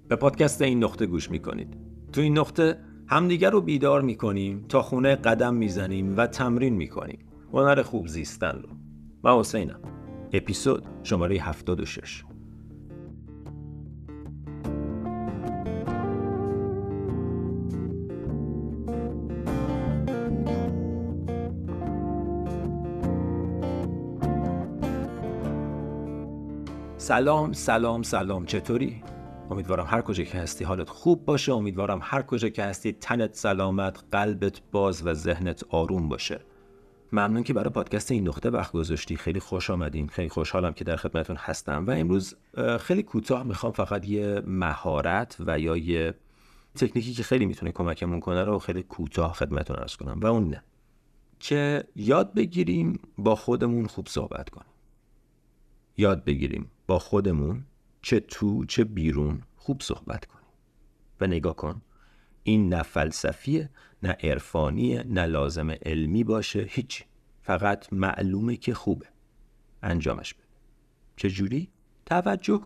به پادکست این نقطه گوش میکنید. تو این نقطه همدیگر رو بیدار میکنیم، تا خونه قدم میزنیم و تمرین میکنیم هنر خوب زیستن رو. من حسینم. اپیزود شماره 76. سلام چطوری؟ امیدوارم هر کجا که هستی حالت خوب باشه. امیدوارم هر کجا که هستی تنت سلامت، قلبت باز و ذهنت آروم باشه. ممنون که برای پادکست این نقطه وقت گذاشتی. خیلی خوش آمدین. خیلی خوشحالم که در خدمتتون هستم و امروز خیلی کوتاه میخوام فقط یه مهارت و یا یه تکنیکی که خیلی میتونه کمکمون کنه رو خیلی کوتاه خدمتتون عرض کنم و اون نه که یاد بگیریم با خودمون خوب صحبت کنیم. یاد بگیریم با خودمون چه تو چه بیرون خوب صحبت کنیم. و نگاه کن، این نه فلسفیه، نه عرفانیه، نه لازم علمی باشه، هیچی. فقط معلومه که خوبه. انجامش بده. چجوری؟ توجه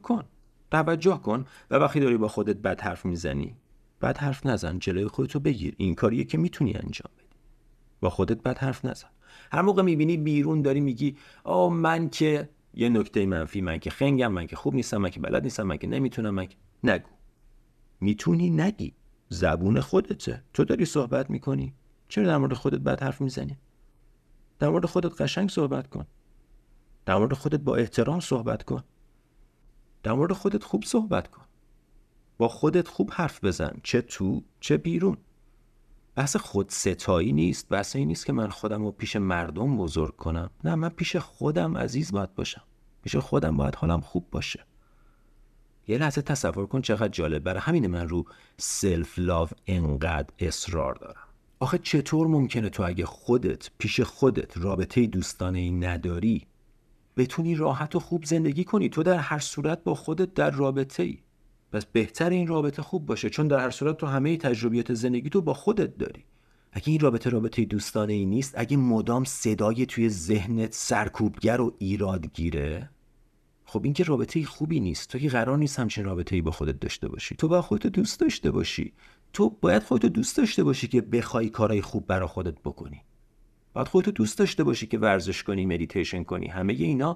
کن و وقتی داری با خودت بد حرف میزنی، بد حرف نزن، جلوی خودتو بگیر. این کاریه که میتونی انجام بدی. با خودت بد حرف نزن. هر موقع میبینی بیرون داری میگی من که یه نکته منفی، من که خنگم، من که خوب نیستم، من که بلد نیستم، من که نمیتونم، نگو. میتونی نگی. زبون خودته. تو داری صحبت میکنی. چرا در مورد خودت بد حرف میزنی؟ در مورد خودت قشنگ صحبت کن. در مورد خودت با احترام صحبت کن. در مورد خودت خوب صحبت کن. با خودت خوب حرف بزن، چه تو چه بیرون. بحث خود ستایی نیست. بحث این نیست که من خودم رو پیش مردم بزرگ کنم. نه، من پیش خودم عزیز باید باشم. پیش خودم باید حالم خوب باشه. یه لحظه تصور کن چقدر جالب. برای همین من رو سلف لاو انقدر اصرار دارم. آخه چطور ممکنه تو اگه خودت پیش خودت رابطه دوستانه‌ای نداری بتونی راحت و خوب زندگی کنی؟ تو در هر صورت با خودت در رابطه‌ای. پس بهتر این رابطه خوب باشه، چون در هر صورت تو همه تجربیات زندگی تو با خودت داری. اگه این رابطه دوستانه‌ای نیست، اگه مدام صدای توی ذهنت سرکوبگر و ایرادگیره، خب این که رابطه خوبی نیست. تو که قرار نیست همچین رابطه‌ای با خودت داشته باشی. تو باید خودت دوست داشته باشی. تو باید خودت دوست داشته باشی که بخوای کارهای خوب برای خودت بکنی. باید خودت دوست داشته باشی که ورزش کنی، مدیتیشن کنی. همه اینا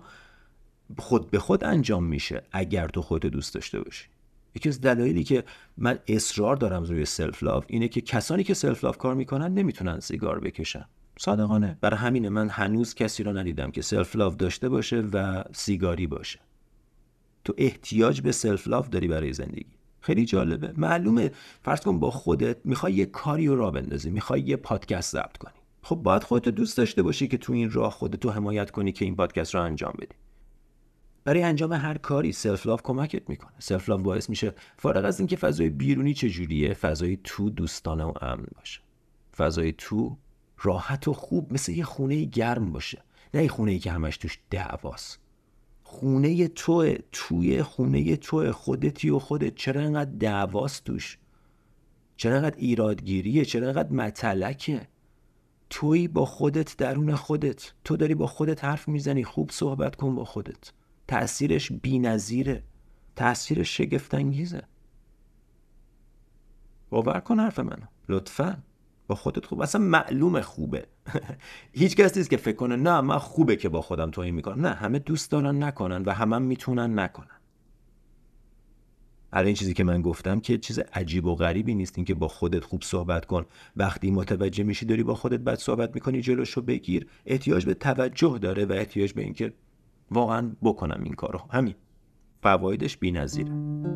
خود به خود انجام میشه اگر تو خودت دوست داشته باشی. یکی از دلایلی که من اصرار دارم روی سلف لاو اینه که کسانی که سلف لاو کار میکنن نمیتونن سیگار بکشن. صادقانه. برای همین من هنوز کسی رو ندیدم که سلف لاو داشته باشه و سیگاری باشه. تو احتیاج به سلف لاو داری برای زندگی. خیلی جالبه. معلومه فرض کن با خودت میخوای یه کاری رو راه بندازی، میخوای یه پادکست ضبط کنی. خب باید خودت دوست داشته باشی که تو این راه خودتو حمایت کنی که این پادکست رو انجام بدی. برای انجام هر کاری سلف لاو کمکت میکنه. سلف لاو باعث میشه فارغ از اینکه فضای بیرونی چجوریه، فضای تو دوستانه و امن باشه. فضای تو راحت و خوب، مثل یه خونه گرم باشه. نه یه خونه‌ای که همش توش دعواست. خونه توه، توی خونه توه، خودتی و خودت. چرا اینقدر دعواست توش؟ چرا اینقدر ایرادگیریه؟ چرا اینقدر متلکه؟ تویی با خودت، درون خودت. تو داری با خودت حرف میزنی. خوب صحبت کن با خودت. تأثیرش بی‌نظیره. تأثیرش شگفت‌انگیزه. باور کن حرف منو لطفاً. با خودت خوب. اصلا معلومه خوبه. هیچ کس نیست که فکر کنه نه من خوبه که با خودم توهین میکنم. نه، همه دوست دارن نکنن و همه میتونن نکنن. الان این چیزی که من گفتم که چیز عجیب و غریبی نیست. این که با خودت خوب صحبت کن. وقتی متوجه میشی داری با خودت بد صحبت میکنی، جلوشو بگیر. احتیاج به توجه داره و احتیاج به این که واقعا بکنم این کارو. همین. فوایدش بی‌نظیره.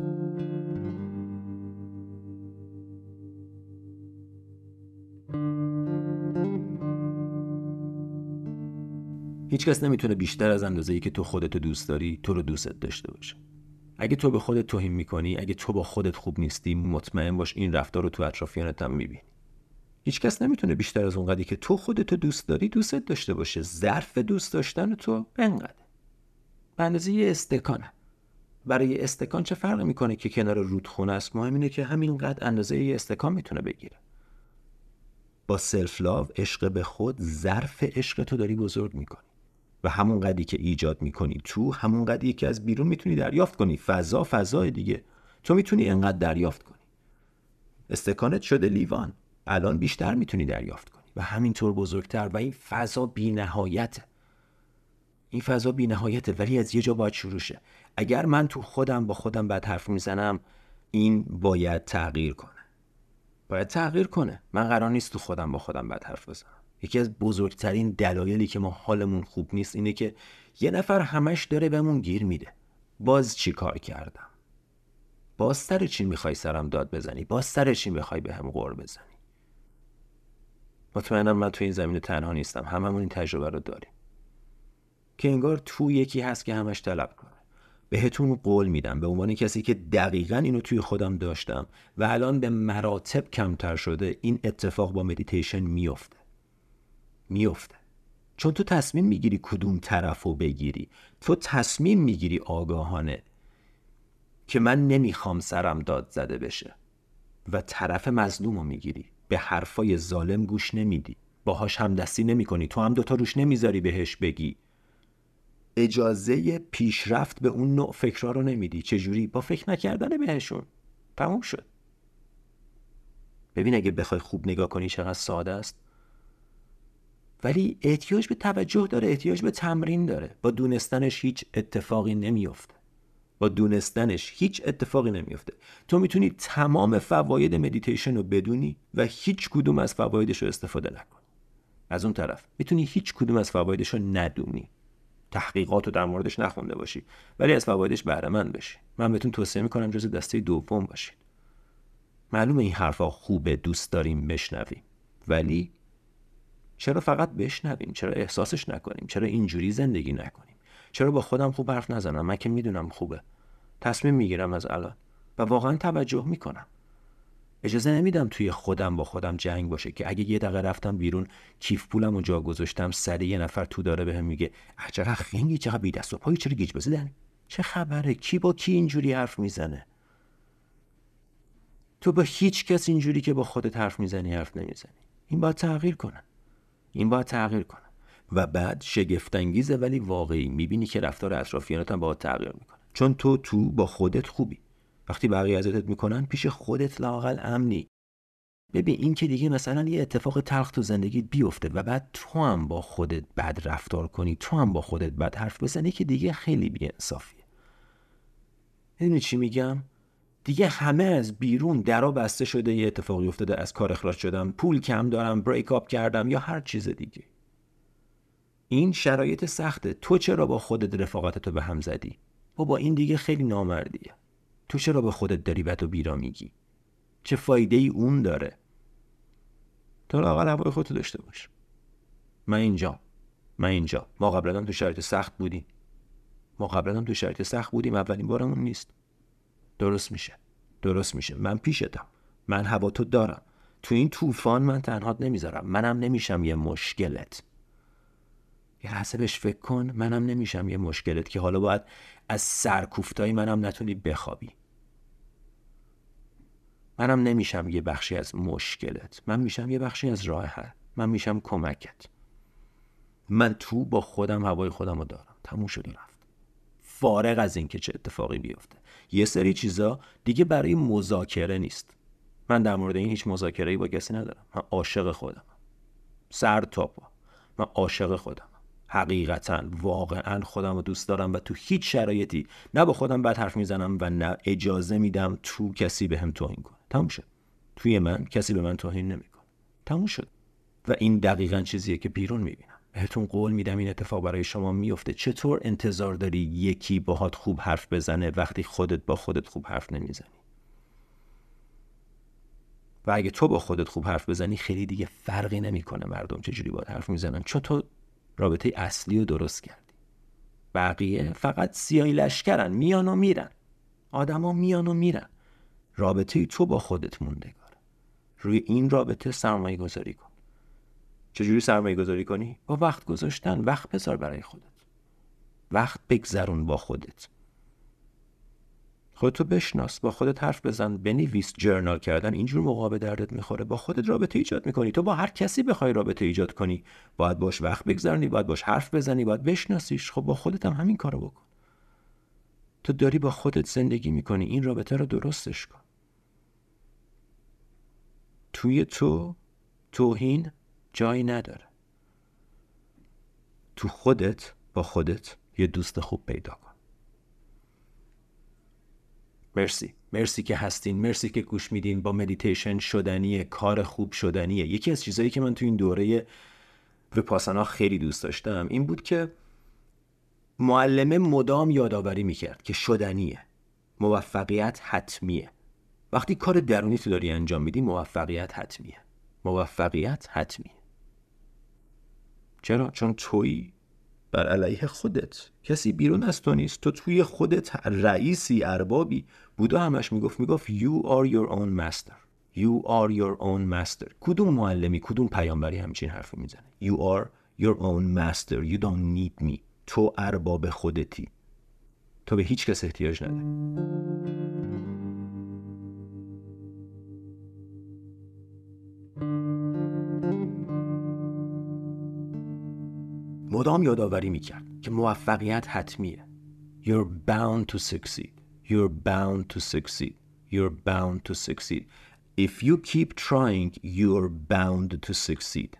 هیچ کس نمیتونه بیشتر از اندازه‌ای که تو خودت دوست داری تو رو دوست داشته باشه. اگه تو به خودت توهین میکنی، اگه تو با خودت خوب نیستی، مطمئن باش این رفتار رو تو اطرافیانت هم میبینی. هیچ کس نمیتونه بیشتر از اونقدری که تو خودت دوست داری دوستت داشته باشه. ظرف دوست داشتن تو انقدر. به اندازه یه استکانه. برای استکان چه فرقی میکنه که کنار رودخونه است؟ مهم اینه که همینقدر اندازه یه استکان میتونه بگیره. با سلف لاو، عشق به خود، ظرف عشق تو داری بزرگ میکنی و همون قدری که ایجاد میکنی تو، همون قدری که از بیرون میتونی دریافت کنی. فضای دیگه. تو میتونی اینقدر دریافت کنی. استکانت شده لیوان، الان بیشتر میتونی دریافت کنی و همینطور بزرگتر. و این فضا بی‌نهایته. این فضا بی‌نهایته، ولی از یه جا باید شروع شه. اگر من تو خودم با خودم بد حرف میزنم، این باید تغییر کنه. باید تغییر کنه. من قرار نیست تو خودم با خودم بد حرف بزنم. یکی از بزرگترین دلایلی که ما حالمون خوب نیست اینه که یه نفر همش داره بهمون گیر میده. باز چی کار کردم؟ باز سر چی میخوای سرم داد بزنی؟ باز سر چی میخوای بهم غر بزنی؟ مطمئنم من تو این زمینه تنها نیستم. هممون این تجربه رو داریم که انگار تو یکی هست که همش طلب کنه. بهتون قول میدم به عنوان کسی که دقیقاً اینو توی خودم داشتم و الان به مراتب کمتر شده، این اتفاق با مدیتیشن میفته. چون تو تصمیم میگیری کدوم طرفو بگیری. تو تصمیم میگیری آگاهانه که من نمیخوام سرم داد زده بشه و طرف مظلومو میگیری. به حرفای ظالم گوش نمیدی، باهاش همدستی نمیکنی، تو هم دوتا روش نمیذاری بهش بگی. اجازه پیشرفت به اون نوع فکرها رو نمیدی. چجوری؟ با فکر نکردن بهشون. تموم شد. ببین اگه بخوای خوب نگاه کنی چقدر ساده است، ولی احتیاج به توجه داره، احتیاج به تمرین داره. با دونستنش هیچ اتفاقی نمیفته. تو میتونی تمام فواید مدیتیشن رو بدونی و هیچ کدوم از فوایدش رو استفاده نکنی. از اون طرف میتونی هیچ کدوم از فوایدش رو ندونی، تحقیقات رو در موردش نخونده باشی، ولی از فوایدش بهره مند بشی. من بهتون توصیه میکنم جز دسته دوم باشید. معلومه این حرفا خوبه، دوست داریم بشنویم، ولی چرا فقط بشنویم؟ چرا احساسش نکنیم؟ چرا اینجوری زندگی نکنیم؟ چرا با خودم خوب حرف نزنم؟ من که میدونم خوبه. تصمیم میگیرم از الان و واقعا توجه میکنم. اجازه نمیدم توی خودم با خودم جنگ باشه که اگه یه دقیقه رفتم بیرون، کیف پولم رو جا گذاشتم، سر یه نفر تو داره بهم میگه چقدر خنگی، چقدر بی دست و پایی، چرا گیج بازی داری؟ چه خبره؟ کی با کی اینجوری حرف میزنه؟ تو با هیچ کس اینجوری که با خودت حرف میزنی حرف نمیزنی. این باید تغییر کنه. و بعد شگفت انگیزه ولی واقعی، میبینی که رفتار اطرافیانت هم باهات تغییر میکنه. چون تو با خودت خوبی. وقتی بقیه اذیتت میکنن، پیش خودت لااقل امنی. ببین این که دیگه مثلا یه اتفاق تلخ تو زندگیت بیفته و بعد تو هم با خودت بد رفتار کنی، تو هم با خودت بد حرف بزنی، که دیگه خیلی بی‌انصافیه. میدونی چی میگم؟ دیگه همه از بیرون درا بسته شده، یه اتفاقی افتاده، از کار اخراج شدم، پول کم دارم، بریک اپ کردم یا هر چیز دیگه. این شرایط سخته. تو چرا با خودت رفاقتتو به هم زدی؟ بابا این دیگه خیلی نامردیه. تو چرا به خودت داری بد و بیرا میگی؟ چه فایده ای اون داره؟ تو لااقل هوای خودتو داشته باش. من اینجا. ما قبلا هم تو شرایط سخت بودیم. اولین بارمون نیست. درست میشه. من پیشتم. من هوا تو دارم. تو این طوفان من تنهات نمیذارم. منم نمیشم یه مشکلت. یه لحظه بهش فکر کن. منم نمیشم یه مشکلت که حالا باید از سرکوفتای منم نتونی بخوابی. منم نمیشم یه بخشی از مشکلت. من میشم یه بخشی از راه حل. من میشم کمکت. من تو با خودم هوای خودم رو دارم. تموم شد و رفت. فارغ از این که چه اتفاقی بیفته. یه سری چیزا دیگه برای مذاکره نیست. من در مورد این هیچ مذاکره‌ای با کسی ندارم. من عاشق خودم. سر تا پا. من عاشق خودم. حقیقتاً واقعاً خودم رو دوست دارم و تو هیچ شرایطی نه با خودم بد حرف میزنم و نه اجازه میدم تو کسی بهم توهین کنه. تموم شد. توی من کسی به من توهین نمیکنه. تموم شد. و این دقیقاً چیزیه که بیرون میبینم. بهتون قول میدم این اتفاق برای شما میفته. چطور انتظار داری یکی باهات خوب حرف بزنه وقتی خودت با خودت خوب حرف نمیزنی؟ و اگه تو با خودت خوب حرف بزنی، خیلی دیگه فرقی نمیکنه مردم چجوری باهات حرف میزنن، چون تو رابطه اصلی رو درست کردی. بقیه فقط سیاهی لشکرن، میان و میرن. آدما میان و میرن. رابطه تو با خودت موندگاره. روی این رابطه سرمایه گذاری کن. چجوری سرمایه گذاری کنی؟ با وقت گذاشتن. وقت بذار برای خودت. وقت بگذرون با خودت. خودتو بشناس، با خودت حرف بزن، بنویس. جرنال کردن اینجور موقع به دردت میخوره. با خودت رابطه ایجاد میکنی. تو با هر کسی بخوای رابطه ایجاد کنی، باید باش وقت بگذرونی، باید باش حرف بزنی، باید بشناسیش. خب با خودت هم همین کارو بکن. تو داری با خودت زندگی میکنی، این رابطه رو درستش کن. توی تو توهین جایی نداره. تو خودت با خودت یه دوست خوب پیدا کن. مرسی که هستین، مرسی که گوش میدین. با مدیتیشن شدنیه، کار خوب شدنیه. یکی از چیزایی که من تو این دوره ویپاسانا خیلی دوست داشتم این بود که معلمه مدام یادآوری میکرد که شدنیه، موفقیت حتمیه. وقتی کار درونی تو داری انجام میدی موفقیت حتمیه. چرا؟ چون تویی بر علیه خودت، کسی بیرون از تو نیست، تو توی خودت رئیسی، اربابی. بودا همش میگفت you are your own master. کدوم معلمی، کدوم پیامبری همچین حرفو میزنه؟ you are your own master, you don't need me. تو ارباب خودتی، تو به هیچ کس احتیاج نداری. مدام یادآوری میکرد که موفقیت حتمیه. You're bound to succeed. If you keep trying, you're bound to succeed.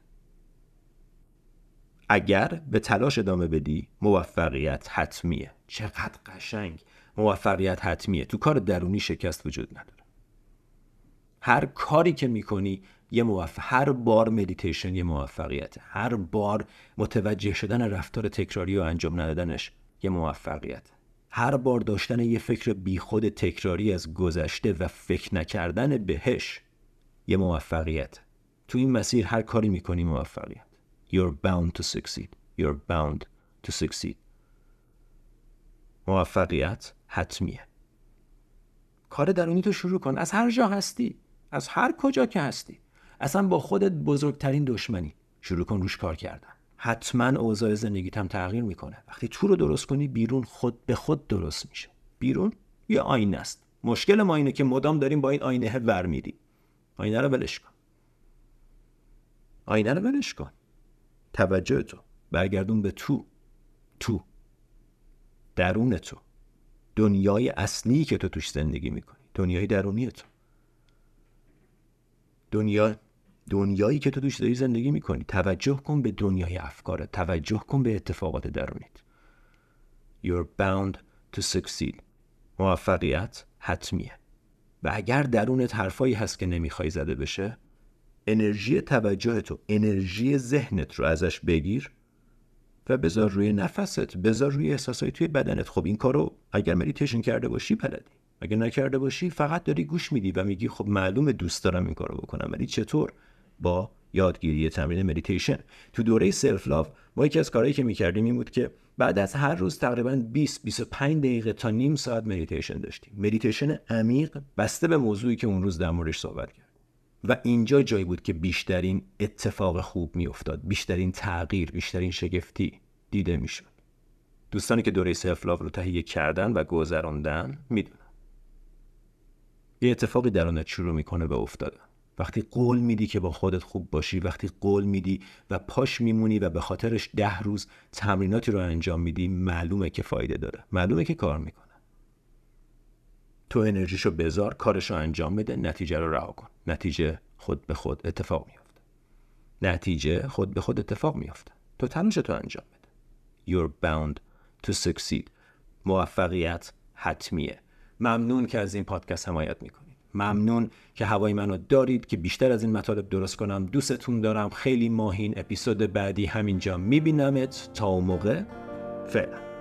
اگر به تلاش ادامه بدی موفقیت حتمیه. چقدر قشنگ. موفقیت حتمیه. تو کار درونی شکست وجود نداره. هر کاری که میکنی هر بار مدیتیشن یه موفقیته. هر بار متوجه شدن رفتار تکراری و انجام ندادنش یه موفقیت. هر بار داشتن یه فکر بیخود تکراری از گذشته و فکر نکردن بهش یه موفقیت. تو این مسیر هر کاری میکنی موفقیت. You're bound to succeed. موفقیت حتمیه. کار درونی تو شروع کن. از هر جا هستی، از هر کجا که هستی، اصلا با خودت بزرگترین دشمنی، شروع کن روش کار کردن. حتما اوضاع زندگیت هم تغییر میکنه. وقتی تو رو درست کنی بیرون خود به خود درست میشه. بیرون یه آینه است. مشکل ما اینه که مدام داریم با این آینه ور میریم. آینه رو ولش کن. توجه تو برگردون به تو درون تو، دنیای اصلی که تو توش زندگی میکنی، دنیای درونی تو، دنیایی که تو توش داری زندگی میکنی. توجه کن به دنیای افکارت، توجه کن به اتفاقات درونیت. You're bound to succeed. موفقیت حتمیه. و اگر درونت حرفایی هست که نمیخوای زده بشه، انرژی توجه تو، انرژی ذهنت رو ازش بگیر و بذار روی نفست، بذار روی احساسای توی بدنت. خب این کارو اگر مدیتیشن کرده باشی بلدی، اگر نکرده باشی فقط داری گوش میدی و میگی خب معلومه دوست دارم این کارو بکنم، ولی چطور؟ با یادگیری تمرین مدیتیشن. تو دوره سلف لاو ما یکی از کارهایی که میکردیم این بود که بعد از هر روز تقریبا 20-25 دقیقه تا نیم ساعت مدیتیشن داشتیم. مدیتیشن عمیق بسته به موضوعی که اون روز در موردش صحبت کرد. و اینجا جایی بود که بیشترین اتفاق خوب میافتاد، بیشترین تغییر، بیشترین شگفتی دیده میشد. دوستانی که دوره سلف لاو رو تهیه کردن و گذروندن میدونن یه اتفاقی درونت شروع میکنه به افتادن. وقتی قول میدی که با خودت خوب باشی، وقتی قول میدی و پاش میمونی و به خاطرش 10 روز تمریناتی رو انجام میدی، معلومه که فایده داره، معلومه که کار میکنه. تو انرژیشو بذار، کارشو انجام بده، نتیجه رو رها کن. نتیجه خود به خود اتفاق میفته. تو تلاشتو انجام بده. You're bound to succeed. موفقیت حتمیه. ممنون که از این پادکست حمایت میکنید. ممنون که هوای منو دارید که بیشتر از این مطالب درست کنم. دوستتون دارم. خیلی ماهین. اپیزود بعدی همینجا میبینمت. تا اون موقع فعلا.